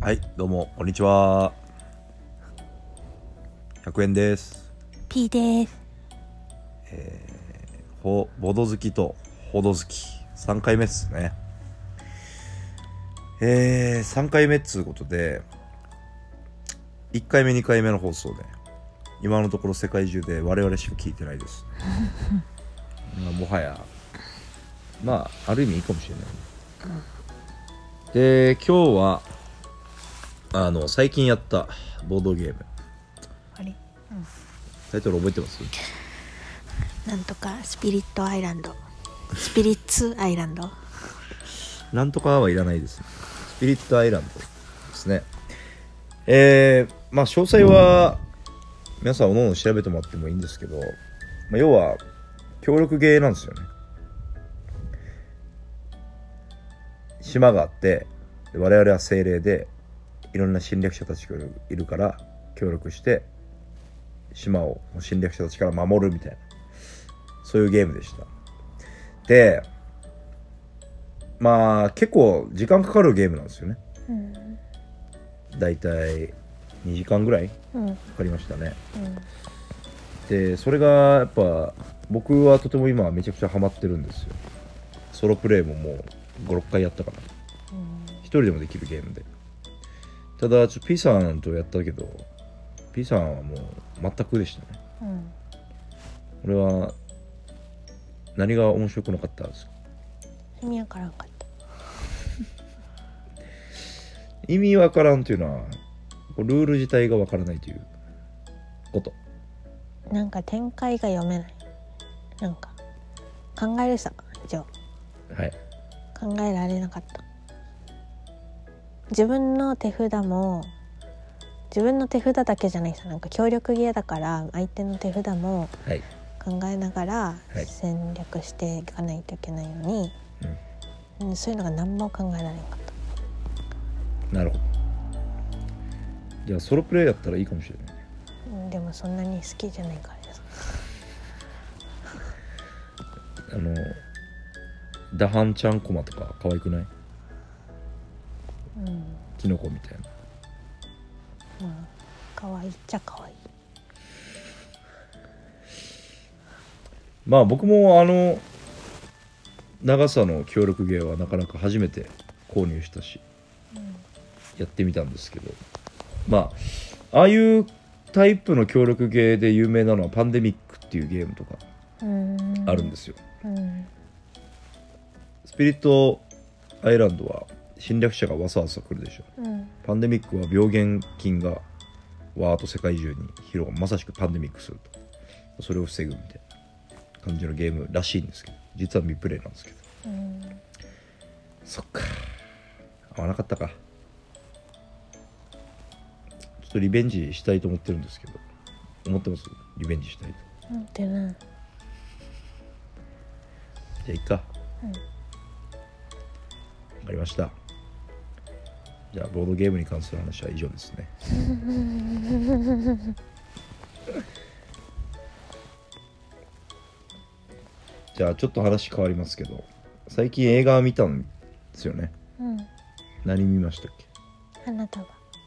はい、どうもこんにちは。100円です。 P です。 ボド好きとほど好き3回目っすね。3回目っつうことで、1回目2回目の放送で今のところ世界中で我々しか聞いてないです。もはやある意味いいかもしれない、で、今日は最近やったボードゲーム、タイトル覚えてます？ なんとかスピリッツアイランドなんとかはいらないですね。スピリッツアイランドですね。詳細は皆さんおのおの調べてもらってもいいんですけど、要は協力ゲーなんですよね。島があって、我々は精霊でいろんな侵略者たちがいるから協力して島を侵略者たちから守るみたいな、そういうゲームでした。で、結構時間かかるゲームなんですよね。だいたい2時間ぐらいかかりましたね。で、それがやっぱ僕はとても今めちゃくちゃハマってるんですよ。ソロプレイももう5、6回やったかな。一人でもできるゲームで。ただP さんとやったけど P さんはもう全くでしたね。俺は何が面白くなかったんですか？ 意味わからんかった。 意味わからんというのはルール自体がわからないということ。 なんか展開が読めない。なんか考えるさ以上、 はい、 考えられなかった。自分の手札だけじゃないさ、なんか協力ゲーだから相手の手札も考えながら戦略していかないといけないのに、そういうのが何も考えられなかった。 なるほど。じゃあソロプレイやったらいいかもしれない。 でもそんなに好きじゃないからです。 ダハンちゃんコマとか可愛くない？キノコみたいな。 可愛いっちゃ可愛い。 僕も長さの協力ゲーはなかなか初めて購入したし、やってみたんですけど、ああいうタイプの協力ゲーで有名なのはパンデミックっていうゲームとかあるんですよ。スピリットアイランドは侵略者がわさわさ来るでしょ。パンデミックは病原菌がわーっと世界中に広がる、まさしくパンデミックすると、それを防ぐみたいな感じのゲームらしいんですけど、実は未プレイなんですけど、そっか、合わなかったか。ちょっとリベンジしたいと思ってるんですけど、思ってます？リベンジしたいと。 思ってない。 じゃあいっか。わかりました。じゃあボードゲームに関する話は以上ですね。じゃあちょっと話変わりますけど、最近映画見たんですよね。何見ましたっけ？ 花束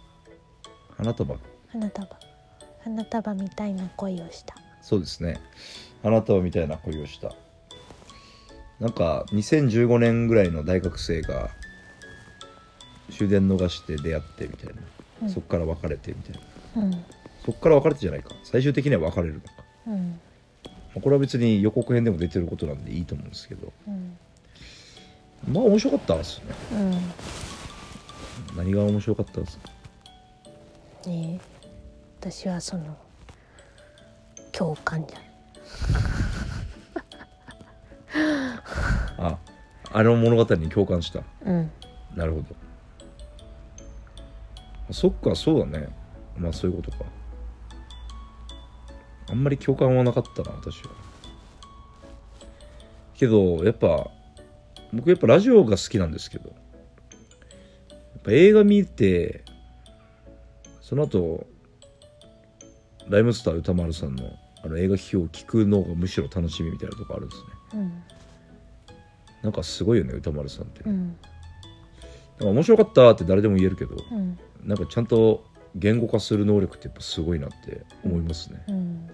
みたいな恋をした。 そうですね、花束みたいな恋をした。なんか2015年ぐらいの大学生が終電逃して出会ってみたいな、そっから別れてみたいな、そっから別れてじゃないか、最終的には別れるのか、これは別に予告編でも出てることなんでいいと思うんですけど、面白かったんですよね。何が面白かったんですか？ 私はその共感じゃないあの物語に共感した。なるほど。そっか、そうだね。そういうことか。あんまり共感はなかったな、私は。けど僕やっぱラジオが好きなんですけど、やっぱ映画見てその後ライムスター歌丸さんの映画批評を聞くのがむしろ楽しみみたいなとこあるんですね。なんかすごいよね、歌丸さんって。 から面白かったって誰でも言えるけど、なんかちゃんと言語化する能力ってやっぱすごいなって思いますね、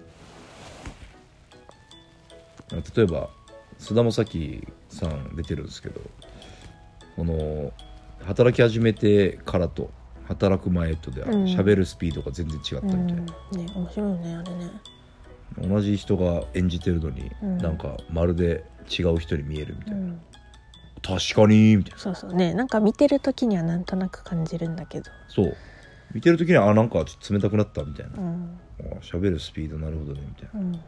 例えば菅田将暉さん出てるんですけど、この働き始めてからと働く前とでは喋るスピードが全然違ったみたいな、 ね、面白いねあれね。 同じ人が演じてるのに、なんかまるで違う人に見えるみたいな、確かにみたいな。 そうそうね、なんか見てる時にはなんとなく感じるんだけど、 そう見てる時にはなんかちょっと冷たくなったみたいな、喋るスピードなるほどねみたいな、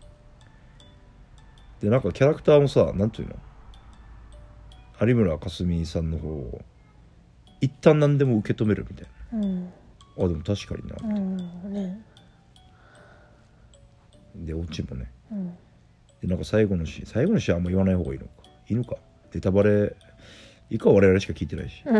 でなんかキャラクターもさ、なんていうの、有村架純さんの方を一旦何でも受け止めるみたいな、でも確かにな、ね、でオチもね、でなんか最後のシーンあんま言わない方がいいのか、ネタバレ以下は我々しか聞いてないし、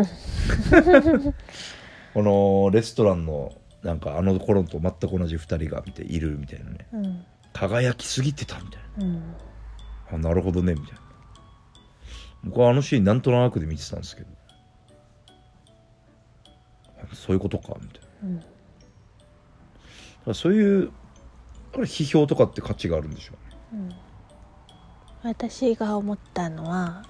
このレストランのなんかあの頃と全く同じ2人が見ているみたいなね、輝きすぎてたみたいな、なるほどねみたいな。僕はあのシーンなんとなくで見てたんですけど、そういうことかみたいな、だからそういう批評とかって価値があるんでしょうね、 私が思ったのは、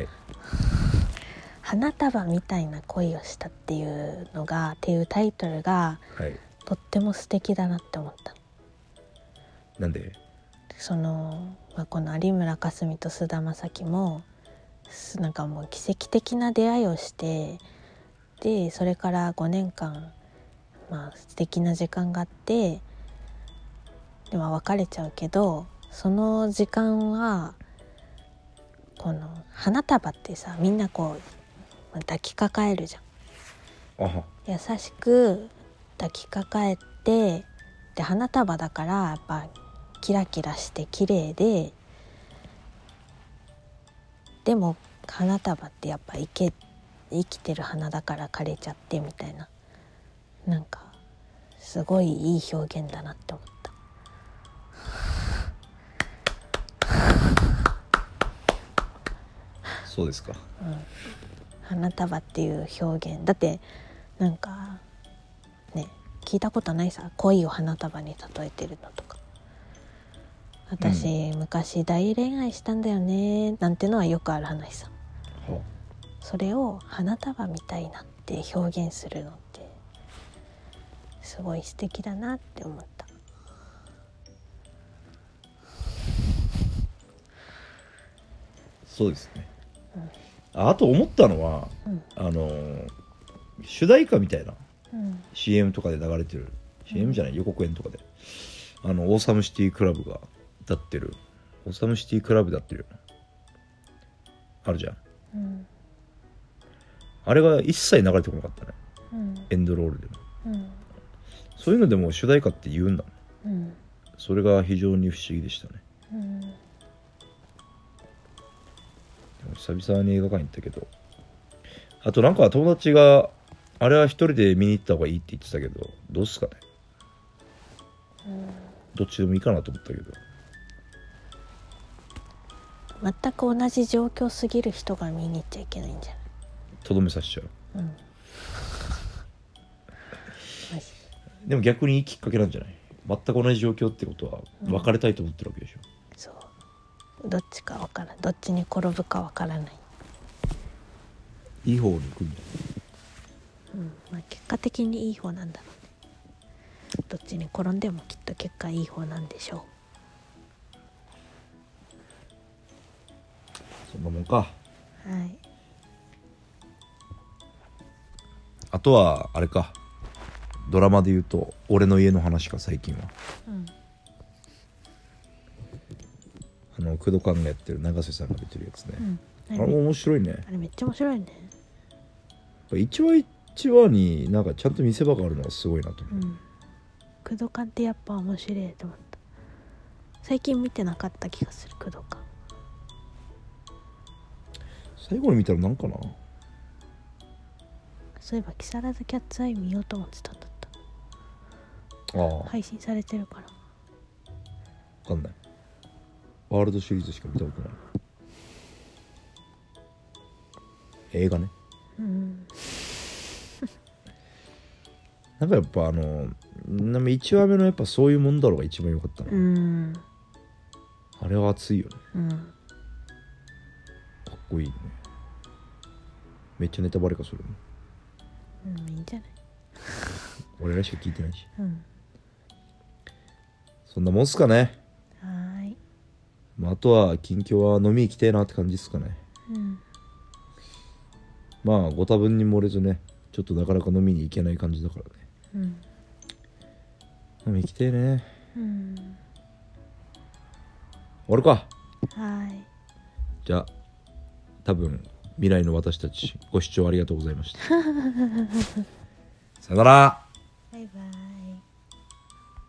花束みたいな恋をしたっていうのがっていうタイトルが、とっても素敵だなって思った。 なんでこの有村架純と菅田将暉もなんかもう奇跡的な出会いをして、でそれから5年間素敵な時間があって、で別れちゃうけど、その時間はこの花束ってさ、みんなこう抱きかかえるじゃん。優しく抱きかかえて、で花束だからやっぱキラキラして綺麗で、でも花束ってやっぱ生きてる花だから枯れちゃってみたいな、なんかすごいいい表現だなって思った。 そうですか、 花束っていう表現だってなんかね、聞いたことないさ、恋を花束に例えてるのとか。私、昔大恋愛したんだよねなんてのはよくある話さ、それを花束みたいなって表現するのってすごい素敵だなって思った。 そうですね、あと思ったのは、主題歌みたいな、CM とかで流れてる CM じゃない、予告編とかでオーサムシティクラブが歌ってる、オーサムシティクラブだってるよあるじゃん、あれが一切流れてこなかったね、エンドロールでも、そういうのでも主題歌って言うんだもん、それが非常に不思議でしたね、久々に映画館行ったけど、あとなんか友達があれは一人で見に行った方がいいって言ってたけど、どうっすかね、どっちでもいいかなと思ったけど、 全く同じ状況すぎる人が見に行っちゃいけないんじゃない？ とどめさせちゃう、でも逆にいいきっかけなんじゃない？全く同じ状況ってことは別れたいと思ってるわけでしょ、 そうどっちか分からん、どっちに転ぶか分からない、 いい方に行くんじゃない？ 結果的にいい方なんだろうね。どっちに転んでもきっと結果いい方なんでしょう。 そんなもんか。 はい。 あとはあれか、ドラマで言うと俺の家の話か、最近は、工藤官がやってる永瀬さんが出てるやつね、あれも面白いね。 あれめっちゃ面白いね。 一話一話になんかちゃんと見せ場があるのがすごいなと思う、 工藤官ってやっぱ面白いと思った。最近見てなかった気がする、工藤官。 最後に見たらなんかな、 そういえば木更津キャッツアイ見ようと思ってたんだった。配信されてるから分かんない。ワールドシリーズしか見たことない映画ね。 なんかやっぱ1話目のやっぱそういうもんだろうが一番良かったな。あれは熱いよね。かっこいいね。めっちゃネタバレかそれも。 いいんじゃない。 俺らしか聞いてないし。そんなもんすかね。 はい。 あとは近況は飲み行きたいなって感じですかね。まあご多分に漏れずね、ちょっとなかなか飲みに行けない感じだからね。飲み行きたいね。終わるか。 はい。 じゃあ多分未来の私たちご視聴ありがとうございました。さよなら。